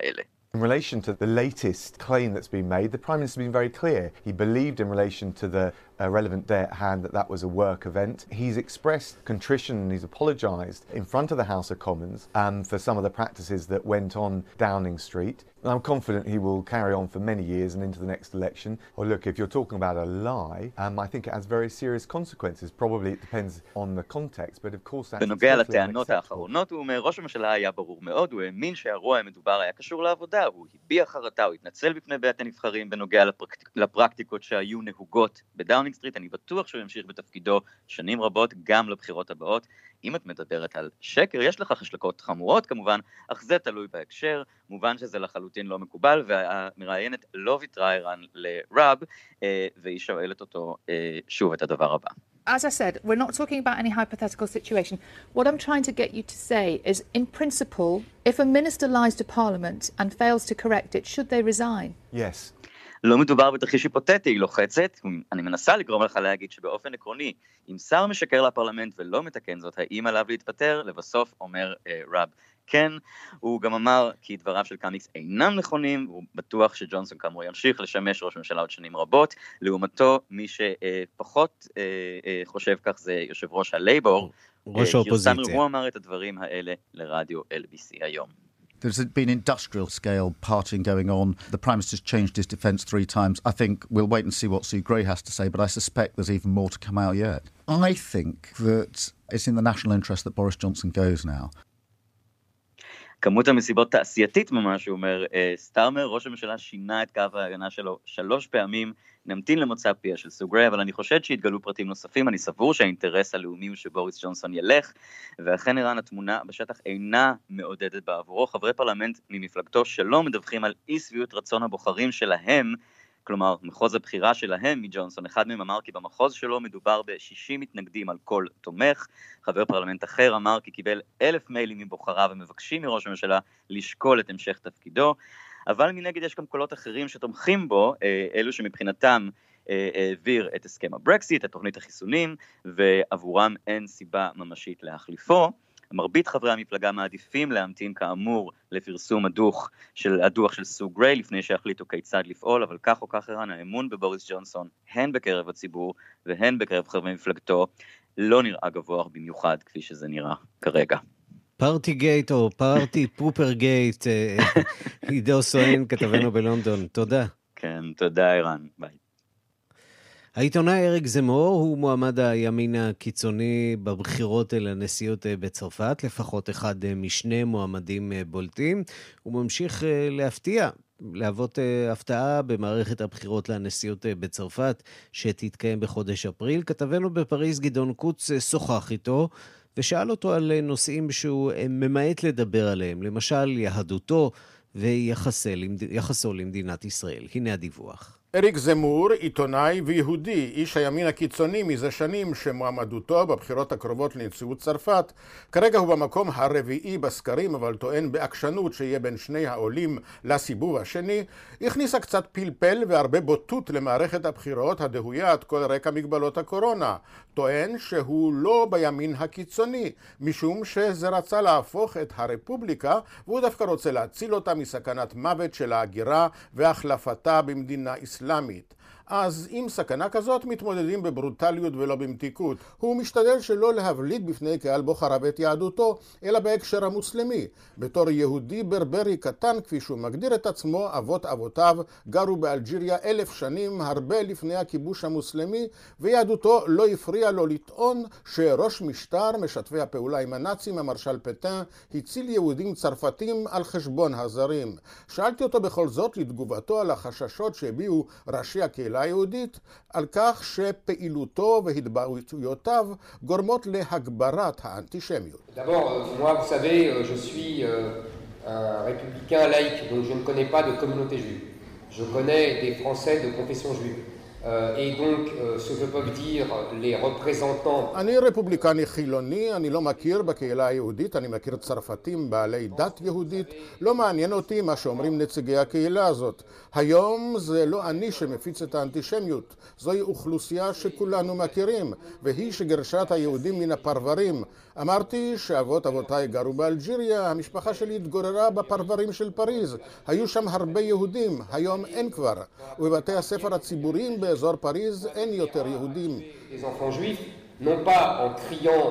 Speaker 17: In relation to the latest claim that's been made, the Prime Minister has been very clear. He believed in relation to the relevant day at hand that was a work event. He's expressed contrition and he's apologised in front of the House of Commons for some of the practices that went on Downing Street. And I'm confident he will carry on for many years and into the next election. Or look, if you're talking about a lie, I think it has very serious consequences. Probably it depends on the context, but of course that's
Speaker 16: בנוגע לטענות האחרונות, הוא אומר, ראש הממשלה היה ברור מאוד, הוא האמין שהאירוע המדובר היה קשור לעבודה, הוא הביע חרטה, הוא התנצל בפני בית הנבחרים בנוגע לפרקטיקות שהיו נהוגות בדאונינג סטריט. אני בטוח שהוא ימשיך בתפקידו שנים רבות, גם לבחירות הבאות. אם את מדברת על שקר, יש לך השלכות חמורות כמובן, אך זה תלוי בהקשר, מובן שזה לחלוטין לא מקובל, והמראיינת לא ויתרה ערן לרב, והיא שואלת אותו שוב את הדבר הבא.
Speaker 18: As I said, we're not talking about any hypothetical situation. What I'm trying to get you to say is, in principle, if a minister lies to Parliament and fails to correct it, should they resign?
Speaker 17: Yes.
Speaker 16: לא מדובר בתרחיש היפותטי, היא לוחצת. אני מנסה לגרום לך להגיד שבאופן עקרוני, אם שר משקר לפרלמנט ולא מתקן זאת, האם עליו להתפטר? לבסוף אומר רב כן. הוא גם אמר כי דבריו של קמיקס אינם נכונים, והוא בטוח שג'ונסון כאמור ימשיך לשמש ראש ממשלה עוד שנים רבות. לעומתו, מי שפחות חושב כך זה יושב ראש הלייבור,
Speaker 1: ראש האופוזיציה.
Speaker 16: הוא אמר את הדברים האלה לרדיו LBC היום.
Speaker 19: There's been industrial scale partying going on. The Prime Minister's changed his defence 3 times. I think we'll wait and see what Sue Gray has to say, but I suspect there's even more to come out yet. I think that it's in the national interest that Boris Johnson goes now.
Speaker 16: כמות המסיבות תעשייתית ממש, הוא אומר, סטארמר, ראש הממשלה שינה את קו ההגנה שלו 3 פעמים, נמתין למוצא פיה של סו גריי, אבל אני חושד שהתגלו פרטים נוספים, אני סבור שהאינטרס הלאומי הוא שבוריס ג'ונסון ילך, ואכן איראן התמונה בשטח אינה מעודדת בעבורו. חברי פרלמנט ממפלגתו שלא מדווחים על אי שביעות רצון הבוחרים שלהם, כלומר, מחוז הבחירה שלהם מג'ונסון. אחד מהם אמר כי במחוז שלו מדובר ב-60 מתנגדים על כל תומך. חבר פרלמנט אחר אמר כי קיבל 1,000 מיילים מבוחריו ומבקשים מראש הממשלה לשקול את המשך תפקידו. אבל מנגד יש גם קולות אחרים שתומכים בו, אלו שמבחינתם העביר את הסכם הברקסיט, את תוכנית החיסונים, ועבורם אין סיבה ממשית להחליפו. מרבית חברי המפלגה מעדיפים להמתין כאמור לפרסום הדוח של סו גריי לפני שהחליטו כיצד לפעול, אבל כך או כך איראן, האמון בבוריס ג'ונסון, הן בקרב הציבור והן בקרב חברי מפלגתו, לא נראה גבוה במיוחד כפי שזה נראה כרגע.
Speaker 1: פארטי גייט או פארטי פופר גייט, עידו סואן כתבנו בלונדון, תודה.
Speaker 16: כן, תודה איראן, ביי.
Speaker 1: העיתונאי אריק זמור הוא מועמד הימין הקיצוני בבחירות אל הנשיאות בצרפת, לפחות אחד משני מועמדים בולטים. הוא ממשיך להוות הפתעה במערכת הבחירות לנשיאות בצרפת, שתתקיים בחודש אפריל. כתבנו בפריז גדעון קוץ שוחח איתו, ושאל אותו על נושאים שהוא ממעט לדבר עליהם, למשל יהדותו ויחסו למדינת ישראל. הנה הדיווח.
Speaker 20: אריק זמור, עיתונאי ויהודי, איש הימין הקיצוני מזה שנים שמועמדותו בבחירות הקרובות לנשיאות צרפת, כרגע הוא במקום הרביעי בסקרים, אבל טוען בעקשנות שיהיה בין שני העולים לסיבוב השני, הכניסה קצת פלפל והרבה בוטות למערכת הבחירות הדהויה עד כל רקע מגבלות הקורונה. טוען שהוא לא בימין הקיצוני, משום שזה רצה להפוך את הרפובליקה, והוא דווקא רוצה להציל אותה מסכנת מוות של ההגירה והחלפתה במדינה אסלאמית. אז עם סכנה כזאת מתמודדים בברוטליות ולא במתיקות. הוא משתדל שלא להבליט בפני קהל בוחריו את יהדותו, אלא בהקשר המוסלמי. בתור יהודי ברברי קטן, כפי שהוא מגדיר את עצמו, אבות אבותיו גרו באלג'יריה 1000 שנים, הרבה לפני הכיבוש המוסלמי, ויהדותו לא הפריע לו לטעון שראש משטר משתפי הפעולה עם הנאצים, המרשל פטן, הציל יהודים צרפתים על חשבון הזרים. שאלתי אותו בכל זאת לתגובתו על החששות שהביעו ראשי הקהילה היהודית, על כך שפעילותו והתבטאויותיו גורמות להגברת האנטישמיות.
Speaker 21: D'abord, moi, vous savez, je suis un républicain laïque, donc je ne connais pas de communauté juive. Je connais des Français de confession juive. Et donc, ce que peuvent dire les représentants...
Speaker 20: אני רפובליקני חילוני, אני לא מכיר בקהילה היהודית, אני מכיר צרפתים בעלי דת יהודית, לא מעניין אותי מה שאומרים נציגי הקהילה הזאת. היום זה לא אני שמפיץ את האנטישמיות, זוהי אוכלוסייה שכולנו מכירים, והיא שגרשה את היהודים מן הפרברים. אמרתי שאבות אבותיי גרו באלג'יריה, המשפחה שלי התגוררה בפרברים של פריז, היו שם הרבה יהודים, היום אין כבר, ובבתי הספר הציבוריים באזור פריז אין יותר יהודים.
Speaker 21: Les enfants juifs, non pas en criant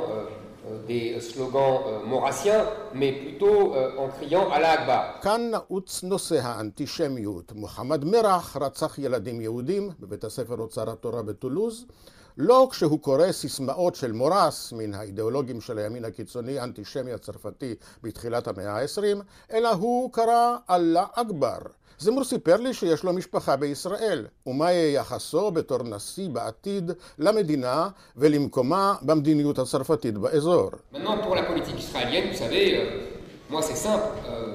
Speaker 21: des slogans maurassiens, mais plutôt en criant Allah Akbar.
Speaker 20: כאן נעוץ נושא האנטישמיות. מוחמד מרח רצח ילדים יהודים בבית הספר אוצר התורה בטולוז, לא כשהוא קורא סיסמאות של מורס מן האידיאולוגים של הימין הקיצוני האנטישמי הצרפתי בתחילת המאה ה-20, אלא הוא קרא אללה אכבר. זמור סיפר לי שיש לו משפחה בישראל, ומה יהיה יחסו בתור נשיא בעתיד למדינה ולמקומה במדיניות הצרפתית באזור.
Speaker 21: Maintenant, pour la politique israélienne, vous savez, moi c'est simple,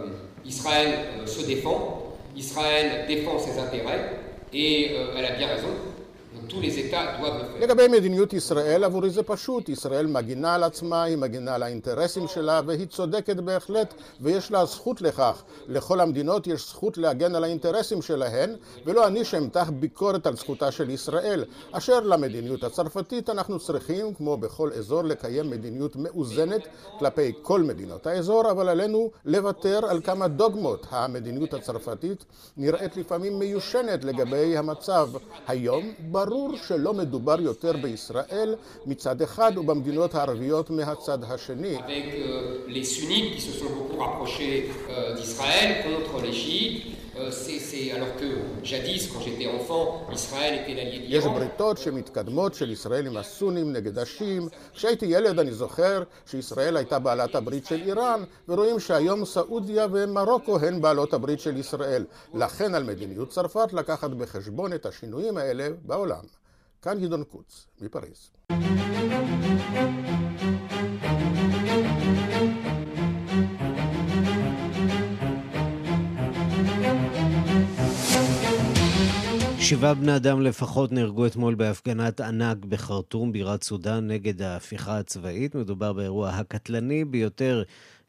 Speaker 21: Israël se défend, Israël défend ses intérêts, et elle a bien raison. tous les États doivent le faire.
Speaker 20: לגבי מדיניות ישראל, עבורי זה פשוט. ישראל מגינה על עצמה, היא מגינה על האינטרסים שלה, והיא צודקת בהחלט, ויש לה זכות לכך. לכל המדינות יש זכות להגן על האינטרסים שלהן, ולא אני שאמתח ביקורת על זכותה של ישראל. אשר למדיניות הצרפתית, אנחנו צריכים, כמו בכל אזור, לקיים מדיניות מאוזנת כלפי כל מדינות האזור, אבל עלינו לוותר על כמה דוגמות. המדיניות הצרפתית נראית לפעמים מיושנת לגבי המצב. היום ברור שלא מדובר יותר בישראל מצד אחד ובמדינות הערביות מהצד השני.
Speaker 21: Avec les sunnites qui se sont beaucoup rapprochés d'Israël contre les chiites, c'est alors que jadis, quand j'étais enfant, Israël était l'allié d'Iran.
Speaker 20: יש בריתות שמתקדמות של ישראל עם הסונים נגד השיעים. כשהייתי ילד אני זוכר שישראל הייתה בעלת הברית של איראן, ורואים שהיום סעודיה ומרוקו הן בעלות הברית של ישראל. לכן על מדיניות צרפת לקחת בחשבון את השינויים האלה בעולם. כאן גדעון קוץ, מפריז.
Speaker 1: שבעה בני אדם לפחות נהרגו אתמול בהפגנת ענק בחרטום, בירת סודאן, נגד ההפיכה הצבאית. מדובר באירוע הקטלני ביותר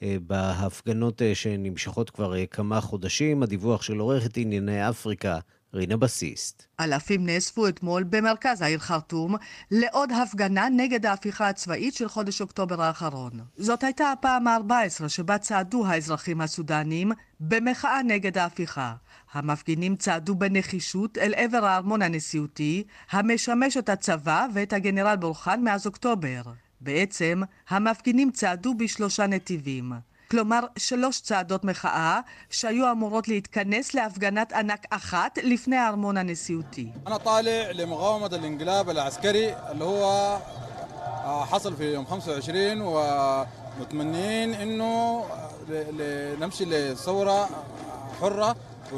Speaker 1: בהפגנות שנמשכות כבר כמה חודשים. הדיווח של עורכת ענייני אפריקה, רינה בסיסט.
Speaker 2: אלפים נאספו אתמול במרכז העיר חרטום לעוד הפגנה נגד ההפיכה הצבאית של חודש אוקטובר האחרון. זאת הייתה הפעם ה-14 שבה צעדו האזרחים הסודנים במחאה נגד ההפיכה. המפגינים צעדו בנחישות אל עבר הארמון הנשיאותי, המשמש את הצבא ואת הגנרל בורחן מאז אוקטובר. בעצם, המפגינים צעדו בשלושה נתיבים. כלומר, 3 צעדות מחאה שהיו אמורות להתכנס להפגנת ענק אחת לפני הארמון הנשיאותי.
Speaker 22: אני طالع למقاومة الانقلاب العسكري اللي هو حصل في يوم 25 ومتمنين انه نمشي لثورة حرة.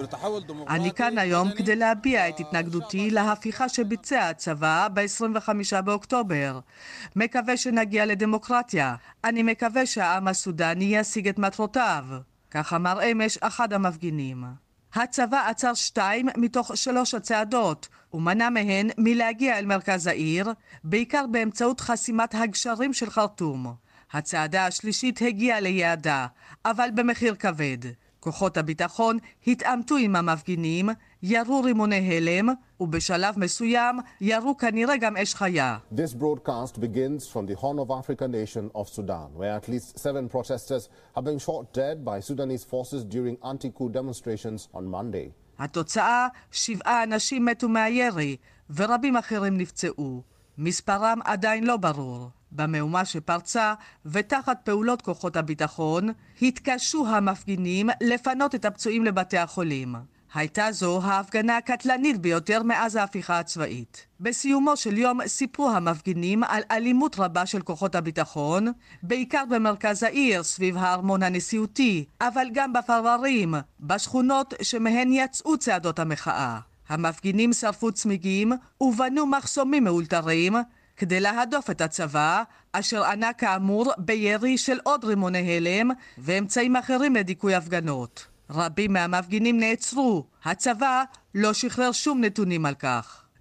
Speaker 2: אני כאן היום כדי להביע את התנגדותי להפיכה שביצע הצבא ב-25 באוקטובר. מקווה שנגיע לדמוקרטיה. אני מקווה שהעם הסודני ישיג את מטרותיו. כך אמר אמש אחד המפגינים. הצבא עצר 2 מתוך 3 הצעדות, ומנע מהן מלהגיע אל מרכז העיר, בעיקר באמצעות חסימת הגשרים של חרטום. הצעדה השלישית הגיעה ליעדה, אבל במחיר כבד. כוחות הביטחון התעמתו עם המפגינים, ירו רימוני הלם, ובשלב מסוים ירו כנראה גם אש חיה.
Speaker 23: This broadcast begins from the Horn of Africa nation of Sudan, where at least 7 protesters have been shot dead by Sudanese forces during anti-coup demonstrations on Monday.
Speaker 2: התוצאה, 7 אנשים מתו מהירי, ורבים אחרים נפצעו. מספרם עדיין לא ברור. במהומה שפרצה ותחת פעולות כוחות הביטחון, התקשו המפגינים לפנות את הפצועים לבתי החולים. הייתה זו ההפגנה הקטלנית ביותר מאז ההפיכה הצבאית. בסיומו של יום סיפרו המפגינים על אלימות רבה של כוחות הביטחון, בעיקר במרכז העיר סביב הארמון הנשיאותי, אבל גם בפרברים, בשכונות שמהן יצאו צעדות המחאה. המפגינים שרפו צמיגים ובנו מחסומים מאולתרים, כדי להדוף את הצבא, אשר ענה כאמור בירי של עוד רימוני הלם ואמצעים אחרים לדיכוי הפגנות. רבים מהמפגינים נעצרו. הצבא לא שחרר שום נתונים על כך.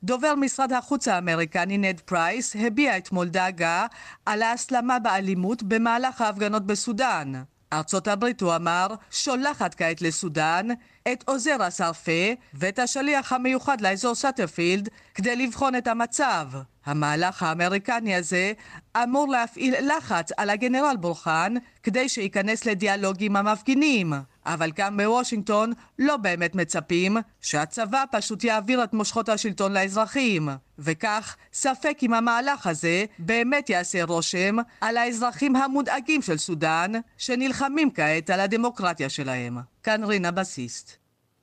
Speaker 2: דובר משרד החוץ האמריקני נד פרייס הביע אתמול דאגה על ההסלמה באלימות במהלך ההפגנות בסודאן. ארצות הברית, הוא אמר, שולחת כעת לסודאן את עוזר הסרפה ואת השליח המיוחד לאזור סאטרפילד כדי לבחון את המצב. המהלך האמריקני הזה אמור להפעיל לחץ על הגנרל בורחן כדי שייכנס לדיאלוג עם המפגינים. אבל גם בוושינגטון לא באמת מצפים שהצבא פשוט יעביר את מושכות השלטון לאזרחים. וכך ספק אם המהלך הזה באמת יעשה רושם על האזרחים המודאגים של סודאן שנלחמים כעת על הדמוקרטיה שלהם. כאן רינה בסיסט.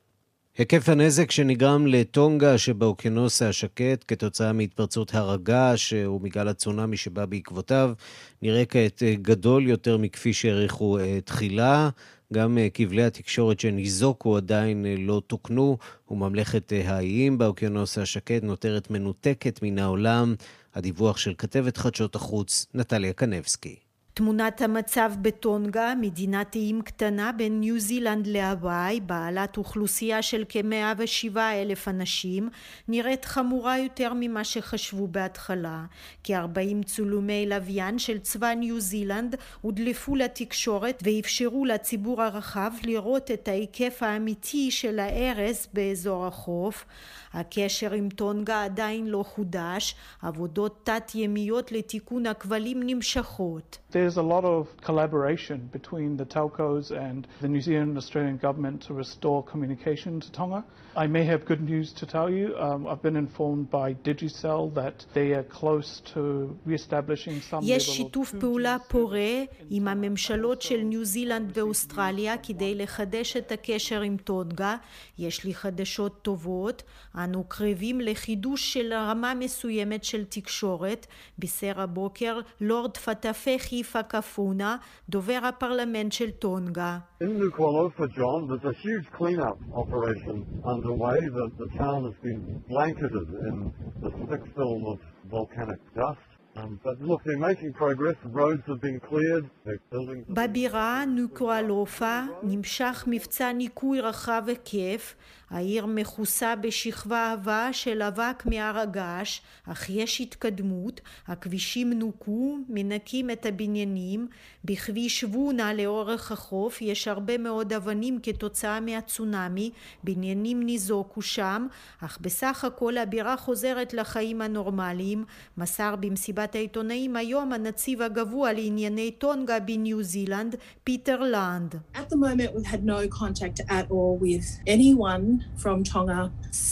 Speaker 1: היקף הנזק שנגרם לטונגה שבאוקיינוס השקט כתוצאה מהתפרצות הר הגעש ומגל הצונאמי שבא בעקבותיו נראה כעת גדול יותר מכפי שהעריכו תחילה. גם כבלי התקשורת שניזוקו עדיין לא תוקנו, וממלכת האיים באוקיינוס השקט נותרת מנותקת מן העולם. הדיווח של כתבת חדשות החוץ נטליה קנבסקי.
Speaker 4: תמונת המצב בטונגה, מדינת איים קטנה בין ניו זילנד להוואי, בעלת אוכלוסייה של כ-107,000 אנשים, נראית חמורה יותר ממה שחשבו בהתחלה. כ-40 צילומי לוויין של צבא ניו זילנד הודלפו לתקשורת ואפשרו לציבור הרחב לראות את ההיקף האמיתי של ההרס באזור החוף. הקשר עם טונגה עדיין לא חודש, עבודות תת-ימיות לתיקון הכבלים נמשכות.
Speaker 5: There's a lot of collaboration between the telcos and the New Zealand and Australian government to restore communication to Tonga. I may have good news to tell you. I've been informed by Digicel that they are close to reestablishing some level of...
Speaker 4: יש שיתוף פעולה פורה עם הממשלות של ניו זילנד ואוסטרליה כדי לחדש את הקשר עם טונגה. יש לי חדשות טובות. אנו קרבים לחידוש של רמה מסוימת של תקשורת. בישר הבוקר לורד פטאפחי פקפונה, דובר הפרלמנט של טונגה.
Speaker 6: In Nuku'alofa, John, there's a huge clean-up operation underway. The town has been blanketed in the thick film of volcanic dust. But look, they're making progress. The roads have been cleared. They're building...
Speaker 4: בבירה נוקואלופה נמשך מבצע ניקוי רחב היקף. העיר מכוסה בשכבה עבה של אבק מהר הגעש, אך יש התקדמות. הכבישים נוקו, מנקים את הבניינים. בכביש וונה לאורך החוף יש הרבה מאוד אבנים כתוצאה מהצונאמי. בניינים ניזוקו שם, אך בסך הכל הבירה חוזרת לחיים הנורמליים. מסר במסיבת העיתונאים היום הנציב הגבוה לענייני טונגה בניו זילנד, פיטר לנד.
Speaker 24: At the moment we had no contact at all with anyone from Tonga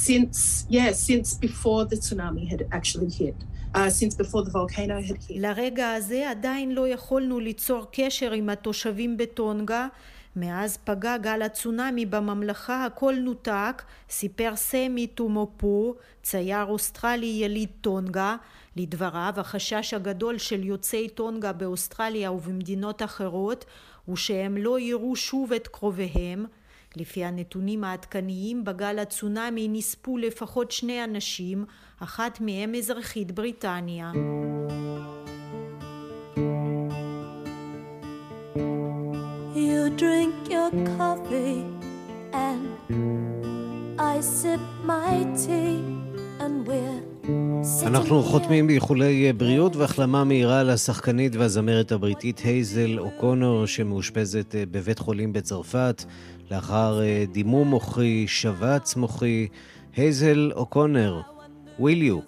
Speaker 24: since before the tsunami had actually hit. Since before the volcano had hit.
Speaker 4: לרגע הזה עדיין לא יכולנו ליצור קשר עם התושבים בטונגה. מאז פגע גל הצונאמי בממלכה הכל נותק, סיפר סמי טומופו, צייר אוסטרלי יליד טונגה. לדבריו, החשש הגדול של יוצאי טונגה באוסטרליה ובמדינות אחרות הוא שהם לא יראו שוב את קרוביהם. לפי הנתונים העדכניים, בגל הצונאמי נספו לפחות 2 אנשים, אחת מהם אזרחית בריטניה.
Speaker 25: You drink your coffee and I sip my tea and we're
Speaker 1: אנחנו חותמים באיחולי בריאות והחלמה מהירה לשחקנית והזמרת הבריטית הייזל אוקונור שמאושפזת בבית חולים בצרפת לאחר דימום מוחי, שבץ מוחי. הייזל אוקונור, will you?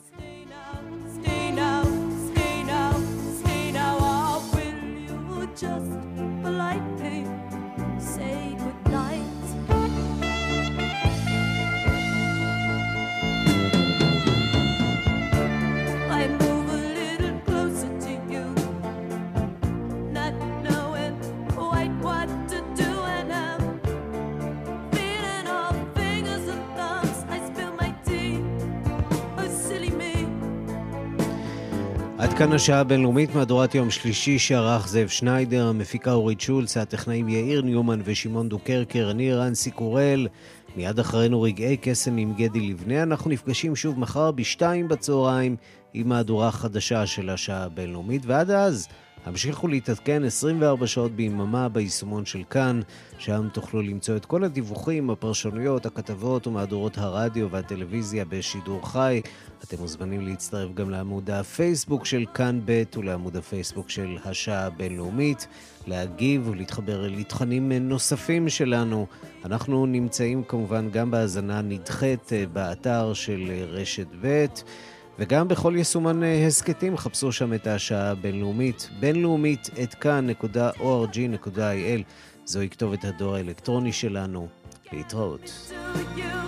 Speaker 1: עד כאן השעה הבינלאומית, מהדורת יום שלישי שערך זאב שניידר, המפיקה אורית שולץ, הטכנאים יאיר ניומן ושמעון דוקרקר, אני רנסי קורל. מיד אחרינו רגעי קסם עם גדי לבנה. אנחנו נפגשים שוב מחר ב2 בצהריים עם מהדורה חדשה של השעה הבינלאומית, ועד אז המשיכו להתעדכן 24 שעות ביממה ביישומון של כאן, שם תוכלו למצוא את כל הדיווחים, הפרשנויות, הכתבות ומהדורות הרדיו והטלוויזיה בשידור חי. אתם מוזמנים להצטרף גם לעמוד הפייסבוק של כאן ב' ולעמוד הפייסבוק של השעה הבינלאומית, להגיב ולהתחבר לתכנים נוספים שלנו. אנחנו נמצאים כמובן גם בהאזנה נדחית באתר של רשת ב' וגם בכל יישומן הסקטים. חפשו שם את השעה הבינלאומית, בינלאומית@kan.org.il. זוהי כתובת הדואר האלקטרוני שלנו. להתראות.